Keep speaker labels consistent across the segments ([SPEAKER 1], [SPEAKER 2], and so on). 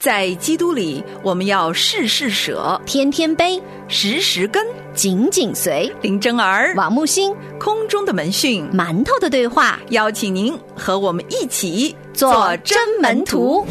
[SPEAKER 1] 在基督里，我们要事事舍，
[SPEAKER 2] 天天悲，
[SPEAKER 1] 时时跟，
[SPEAKER 2] 紧紧随。
[SPEAKER 1] 林真儿、
[SPEAKER 2] 王木星，
[SPEAKER 1] 空中的门讯，
[SPEAKER 2] 馒头的对话，
[SPEAKER 1] 邀请您和我们一起
[SPEAKER 2] 做真门徒。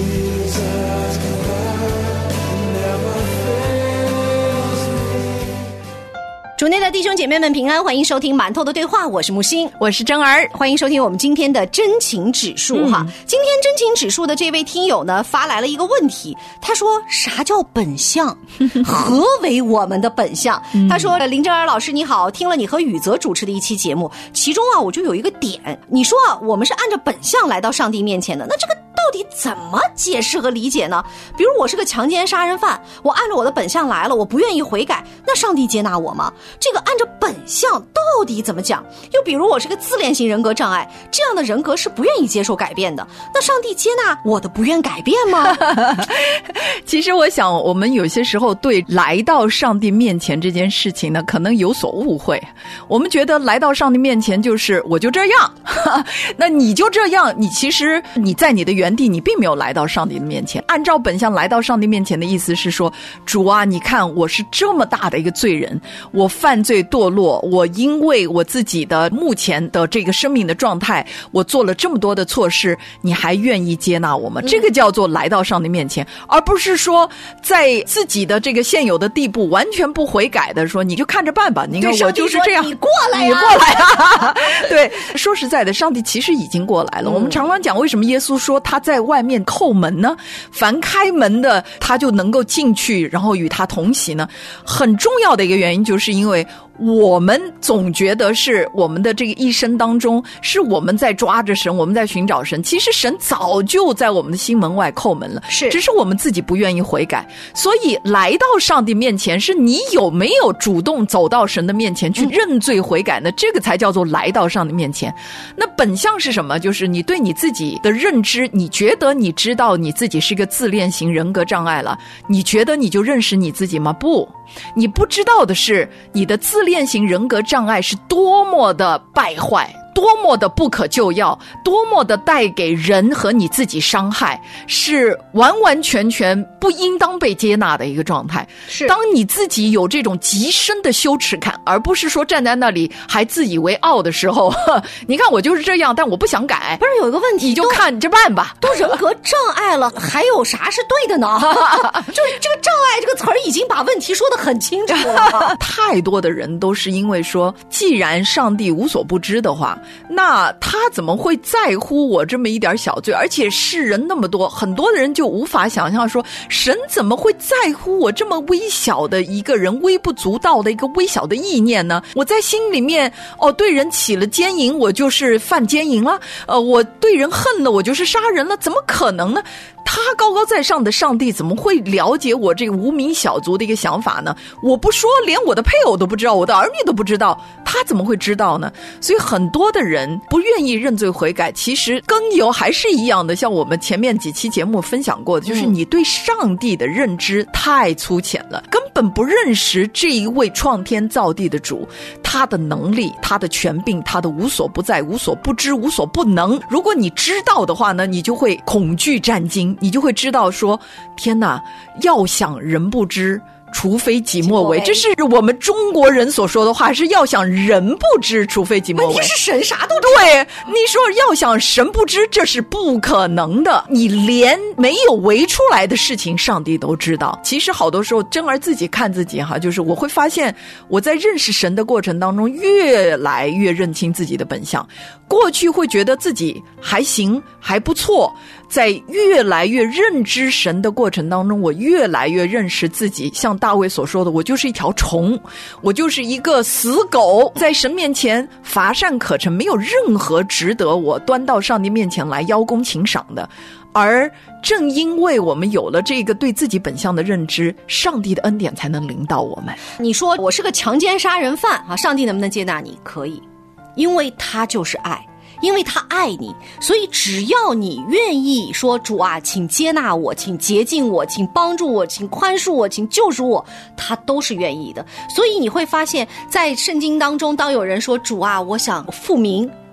[SPEAKER 2] 主内的弟兄姐妹们平安，欢迎收听馒头的对话，我是木星，
[SPEAKER 1] 我是真儿，
[SPEAKER 2] 欢迎收听我们今天的真情指数哈。今天真情指数的这位听友呢发来了一个问题，他说啥叫本相？何为我们的本相？他说林真儿老师你好，听了你和宇泽主持的一期节目，其中我就有一个点，你说我们是按照本相来到上帝面前的，那这个到底怎么解释和理解呢？比如我是个强奸杀人犯，我按照我的本相来了，我不愿意悔改，那上帝接纳我吗？这个按照本相到底怎么讲？又比如我是个自恋型人格障碍，这样的人格是不愿意接受改变的，那上帝接纳我的不愿改变吗？
[SPEAKER 1] 其实我想我们有些时候对来到上帝面前这件事情呢可能有所误会，我们觉得来到上帝面前就是我就这样那你就这样，你其实你在你的原地，你并没有来到上帝的面前。按照本相来到上帝面前的意思是说，主啊，你看我是这么大的一个罪人，我犯罪堕落，我因为我自己的目前的这个生命的状态，我做了这么多的错事，你还愿意接纳我吗？这个叫做来到上帝面前，而不是说在自己的这个现有的地步完全不悔改的说你就看着办吧，你看我就是这样，
[SPEAKER 2] 你过来呀，
[SPEAKER 1] 你过来啊对，说实在的，上帝其实已经过来了。我们常常讲为什么耶稣说他在外面叩门呢？凡开门的他就能够进去，然后与他同席呢？很重要的一个原因就是因为我们总觉得是我们的这个一生当中是我们在抓着神，我们在寻找神，其实神早就在我们的心门外叩门了，只是我们自己不愿意悔改。所以来到上帝面前是你有没有主动走到神的面前去认罪悔改呢？这个才叫做来到上帝面前。那本相是什么？就是你对你自己的认知，你觉得你知道你自己是个自恋型人格障碍了，你觉得你就认识你自己吗？不，你不知道的是你的自恋型人格障碍是多么的败坏，多么的不可救药，多么的带给人和你自己伤害，是完完全全不应当被接纳的一个状态。是当你自己有这种极深的羞耻感，而不是说站在那里还自以为傲的时候，你看我就是这样，但我不想改。
[SPEAKER 2] 不是有一个问题，
[SPEAKER 1] 你就看着办吧。
[SPEAKER 2] 都人格障碍了，还有啥是对的呢？就是这个障碍这个词儿已经把问题说得很清楚了。
[SPEAKER 1] 太多的人都是因为说，既然上帝无所不知的话，那他怎么会在乎我这么一点小罪？而且世人那么多，很多的人就无法想象说，神怎么会在乎我这么微小的一个人，微不足道的一个微小的意念呢？我在心里面对人起了奸淫，我就是犯奸淫了，我对人恨了，我就是杀人了，怎么可能呢？他高高在上的上帝怎么会了解我这个无名小卒的一个想法呢？我不说，连我的配偶都不知道，我的儿女都不知道，他怎么会知道呢？所以很多的人不愿意认罪悔改，其实根由还是一样的，像我们前面几期节目分享过的，就是你对上帝的认知太粗浅了，根本不认识这一位创天造地的主，他的能力，他的权柄，他的无所不在，无所不知，无所不能。如果你知道的话呢，你就会恐惧战惊，你就会知道说，天哪，要想人不知，除非己莫为，这是我们中国人所说的话，是要想人不知，除非己莫为。
[SPEAKER 2] 问题是神啥都知道。
[SPEAKER 1] 对，你说要想神不知，这是不可能的。你连没有为出来的事情，上帝都知道。其实好多时候，真儿自己看自己哈，就是我会发现，我在认识神的过程当中，越来越认清自己的本相。过去会觉得自己还行，还不错。在越来越认知神的过程当中，我越来越认识自己，像大卫所说的，我就是一条虫，我就是一个死狗，在神面前乏善可陈，没有任何值得我端到上帝面前来邀功请赏的。而正因为我们有了这个对自己本相的认知，上帝的恩典才能临到我们。
[SPEAKER 2] 你说我是个强奸杀人犯啊，上帝能不能接纳你？可以，因为他就是爱，因为他爱你，所以只要你愿意说，主啊，请接纳我，请洁净我，请帮助我，请宽恕我，请救赎我，他都是愿意的。所以你会发现在圣经当中，当有人说，主啊，我想复明，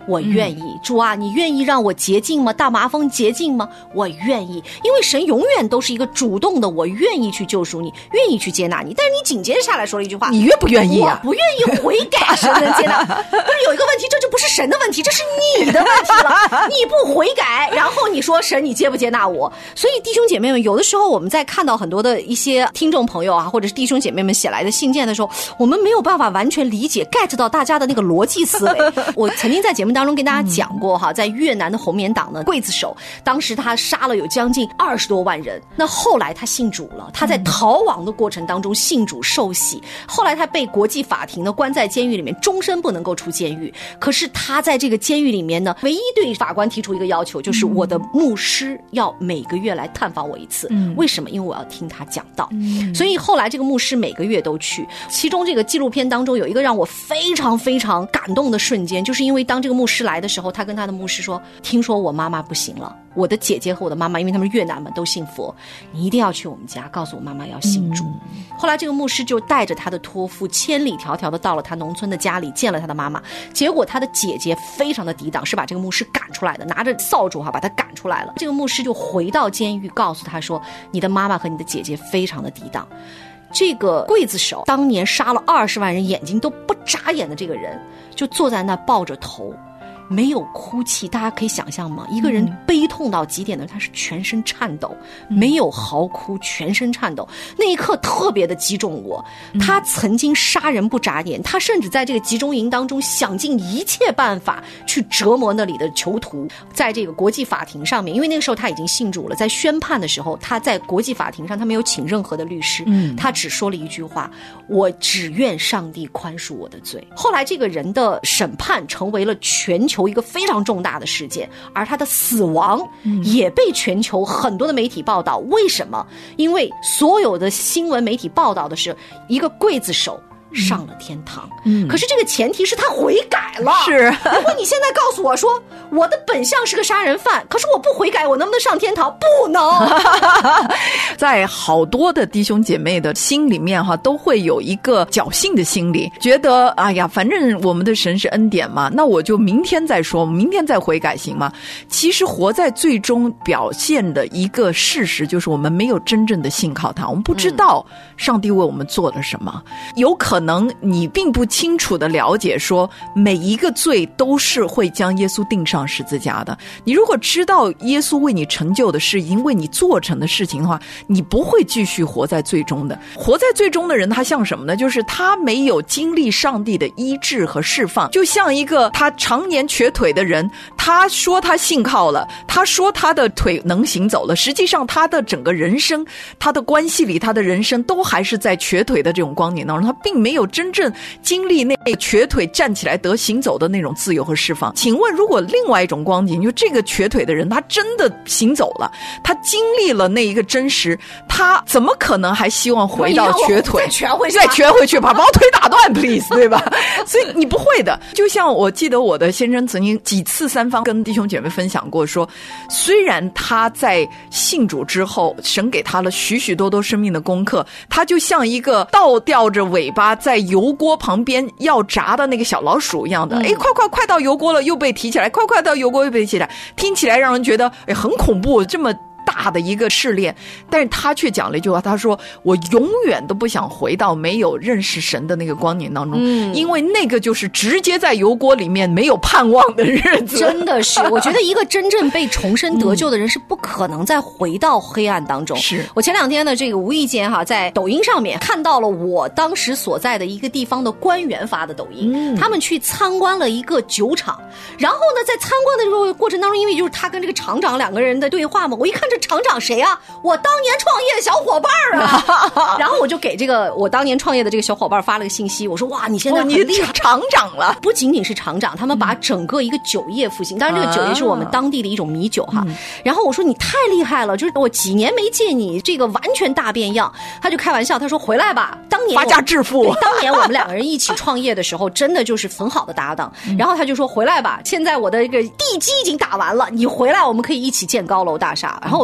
[SPEAKER 2] 我愿意。主啊，你愿意让我洁净吗？大麻风洁净吗？我愿意。因为神永远都是一个主动的，我愿意去救赎你，愿意去接纳你。但是你紧接着下来说了一句话，
[SPEAKER 1] 你愿不愿意啊？
[SPEAKER 2] 我不愿意悔改，神能接纳。但是有一个问题，这就不是神的问题，这是你的问题了。你不悔改，然后你说神你接不接纳我？所以弟兄姐妹们，有的时候我们在看到很多的一些听众朋友啊，或者是弟兄姐妹们写来的信件的时候，我们没有办法完全理解 get 到大家的那个逻辑思维。我曾经在节目当中跟大家讲过哈，在越南的红棉党呢，刽子手当时他杀了有将近20多万人，那后来他信主了，他在逃亡的过程当中信主受洗，后来他被国际法庭呢关在监狱里面，终身不能够出监狱。可是他在这个监狱里面呢，唯一对法官提出一个要求，就是我的牧师要每个月来探访我一次。为什么？因为我要听他讲道。所以后来这个牧师每个月都去。其中这个纪录片当中有一个让我非常非常感动的瞬间，就是因为当这个牧师来的时候，他跟他的牧师说，听说我妈妈不行了，我的姐姐和我的妈妈，因为他们越南嘛都信佛，你一定要去我们家告诉我妈妈要信主。后来这个牧师就带着他的托付千里迢迢的到了他农村的家里，见了他的妈妈。结果他的姐姐非常的抵挡，是把这个牧师赶出来的，拿着扫帚把他赶出来了。这个牧师就回到监狱，告诉他说，你的妈妈和你的姐姐非常的抵挡。这个刽子手当年杀了20万人眼睛都不眨眼的这个人，就坐在那抱着头，没有哭泣。大家可以想象吗？一个人悲痛到极点的，他是全身颤抖，没有嚎哭，全身颤抖。那一刻特别的击中我。他曾经杀人不眨眼，他甚至在这个集中营当中想尽一切办法去折磨那里的囚徒。在这个国际法庭上面，因为那个时候他已经信主了，在宣判的时候，他在国际法庭上他没有请任何的律师，他只说了一句话，我只愿上帝宽恕我的罪。后来这个人的审判成为了全球一个非常重大的事件，而他的死亡也被全球很多的媒体报道。为什么？因为所有的新闻媒体报道的是一个刽子手上了天堂。可是这个前提是他悔改了。
[SPEAKER 1] 是，
[SPEAKER 2] 如果你现在告诉我说我的本相是个杀人犯，可是我不悔改，我能不能上天堂？不能。
[SPEAKER 1] 在好多的弟兄姐妹的心里面都会有一个侥幸的心理，觉得哎呀，反正我们的神是恩典嘛，那我就明天再说，明天再悔改行吗？其实活在最终表现的一个事实，就是我们没有真正的信靠他，我们不知道上帝为我们做了什么。有可能你并不清楚的了解说每一个罪都是会将耶稣钉上十字架的。你如果知道耶稣为你成就的事，已经为你做成的事情的话，你不会继续活在最终的。活在最终的人他像什么呢？就是他没有经历上帝的医治和释放，就像一个他常年瘸腿的人，他说他信靠了，他说他的腿能行走了，实际上他的整个人生，他的关系里，他的人生都还是在瘸腿的这种光景当中，他并没有真正经历那个瘸腿站起来得行走的那种自由和释放。请问如果另外一种光景，就这个瘸腿的人他真的行走了，他经历了那一个真实，他怎么可能还希望回到瘸腿
[SPEAKER 2] 再瘸回
[SPEAKER 1] 去把腿打断 please 对吧？所以你不会的。就像我记得我的先生曾经几次三方跟弟兄姐妹分享过说，虽然他在信主之后神给他了许许多多生命的功课，他就像一个倒吊着尾巴在油锅旁边要炸的那个小老鼠一样的，快到油锅了又被提起来，快到油锅又被提起来，听起来让人觉得很恐怖，这么大的一个试炼。但是他却讲了一句话，他说我永远都不想回到没有认识神的那个光景当中，因为那个就是直接在油锅里面没有盼望的日子。
[SPEAKER 2] 真的是，我觉得一个真正被重生得救的人是不可能再回到黑暗当中。
[SPEAKER 1] 是
[SPEAKER 2] 我前两天的这个无意间在抖音上面看到了我当时所在的一个地方的官员发的抖音，他们去参观了一个酒厂，然后呢在参观的这个过程当中，因为就是他跟这个厂长两个人的对话嘛，我一看这厂长谁啊？我当年创业的小伙伴啊！然后我就给这个我当年创业的这个小伙伴发了个信息，我说哇，你现在很厉害，
[SPEAKER 1] 厂长了。
[SPEAKER 2] 不仅仅是厂长，他们把整个一个酒业复兴，当然这个酒业是我们当地的一种米酒哈。然后我说你太厉害了，就是我几年没见你这个完全大变样。他就开玩笑，他说回来吧，当年
[SPEAKER 1] 发家致富。
[SPEAKER 2] 当年我们两个人一起创业的时候，真的就是很好的搭档。然后他就说回来吧，现在我的这个地基已经打完了，你回来我们可以一起建高楼大厦。然后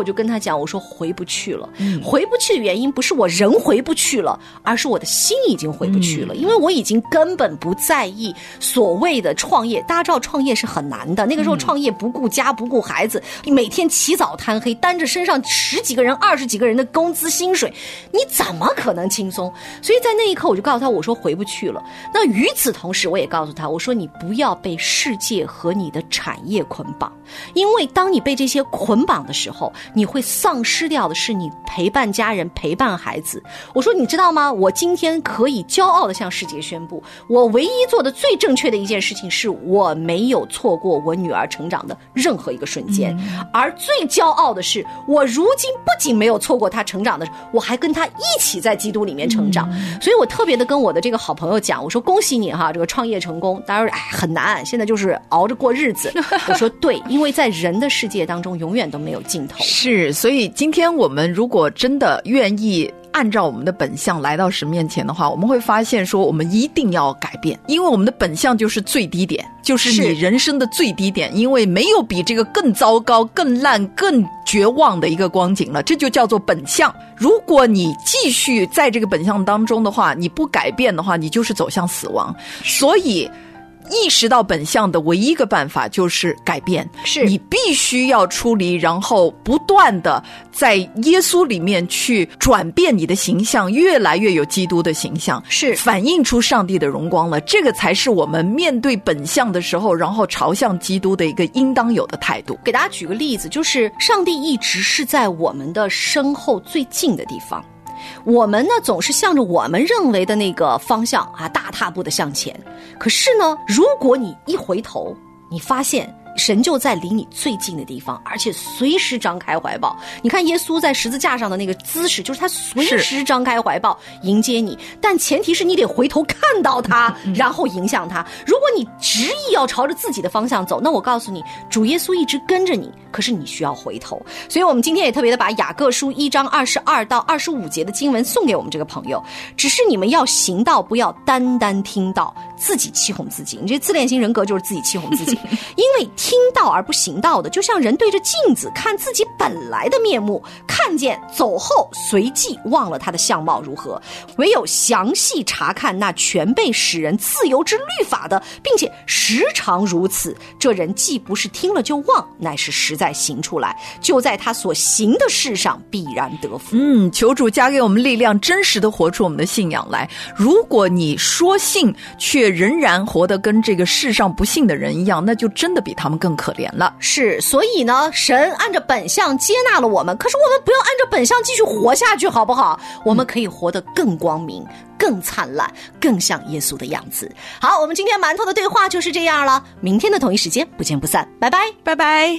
[SPEAKER 2] 我就跟他讲，我说回不去了。回不去的原因不是我人回不去了，而是我的心已经回不去了，因为我已经根本不在意所谓的创业。大家知道创业是很难的，那个时候创业不顾家不顾孩子，每天起早贪黑，担着身上10几个人20几个人的工资薪水，你怎么可能轻松？所以在那一刻我就告诉他，我说回不去了。那与此同时我也告诉他，我说你不要被世界和你的产业捆绑，因为当你被这些捆绑的时候，你会丧失掉的是你陪伴家人陪伴孩子。我说你知道吗，我今天可以骄傲地向世界宣布，我唯一做的最正确的一件事情是我没有错过我女儿成长的任何一个瞬间，而最骄傲的是我如今不仅没有错过她成长的，我还跟她一起在基督里面成长。所以我特别的跟我的这个好朋友讲，我说恭喜你哈，这个创业成功。当然很难，现在就是熬着过日子。我说对，因为在人的世界当中永远都没有尽头。
[SPEAKER 1] 是，所以今天我们如果真的愿意按照我们的本相来到神面前的话，我们会发现说我们一定要改变，因为我们的本相就是最低点，就是你人生的最低点，因为没有比这个更糟糕更烂更绝望的一个光景了，这就叫做本相。如果你继续在这个本相当中的话，你不改变的话，你就是走向死亡。所以意识到本相的唯一一个办法就是改变，是你必须要出离，然后不断的在耶稣里面去转变你的形象，越来越有基督的形象，是反映出上帝的荣光了。这个才是我们面对本相的时候，然后朝向基督的一个应当有的态度。
[SPEAKER 2] 给大家举个例子，就是上帝一直是在我们的身后最近的地方，我们呢总是向着我们认为的那个方向啊，大踏步的向前。可是呢，如果你一回头，你发现神就在离你最近的地方，而且随时张开怀抱。你看耶稣在十字架上的那个姿势，就是他随时张开怀抱迎接你，但前提是你得回头看到他，然后迎向他。如果你执意要朝着自己的方向走，那我告诉你，主耶稣一直跟着你，可是你需要回头。所以我们今天也特别的把雅各书1章22到25节的经文送给我们这个朋友，只是你们要行道，不要单单听道，自己欺哄自己。你这自恋型人格就是自己欺哄自己，因为听道而不行道的，就像人对着镜子看自己本来的面目，看见走后随即忘了他的相貌如何。唯有详细查看那全被使人自由之律法的，并且时常如此，这人既不是听了就忘，乃是实在行出来，就在他所行的事上必然得福。
[SPEAKER 1] 求主加给我们力量，真实的活出我们的信仰来。如果你说信却仍然活得跟这个世上不信的人一样，那就真的比他们更可怜了。
[SPEAKER 2] 是，所以呢，神按着本相接纳了我们，可是我们不要按着本相继续活下去，好不好？我们可以活得更光明，更灿烂，更像耶稣的样子。好，我们今天馒头的对话就是这样了，明天的同一时间不见不散，拜拜，
[SPEAKER 1] 拜拜。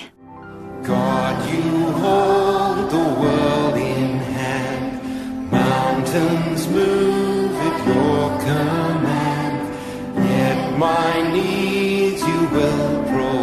[SPEAKER 3] God, you hold the world in hand, mountains move at your command, yet my needs you will provide.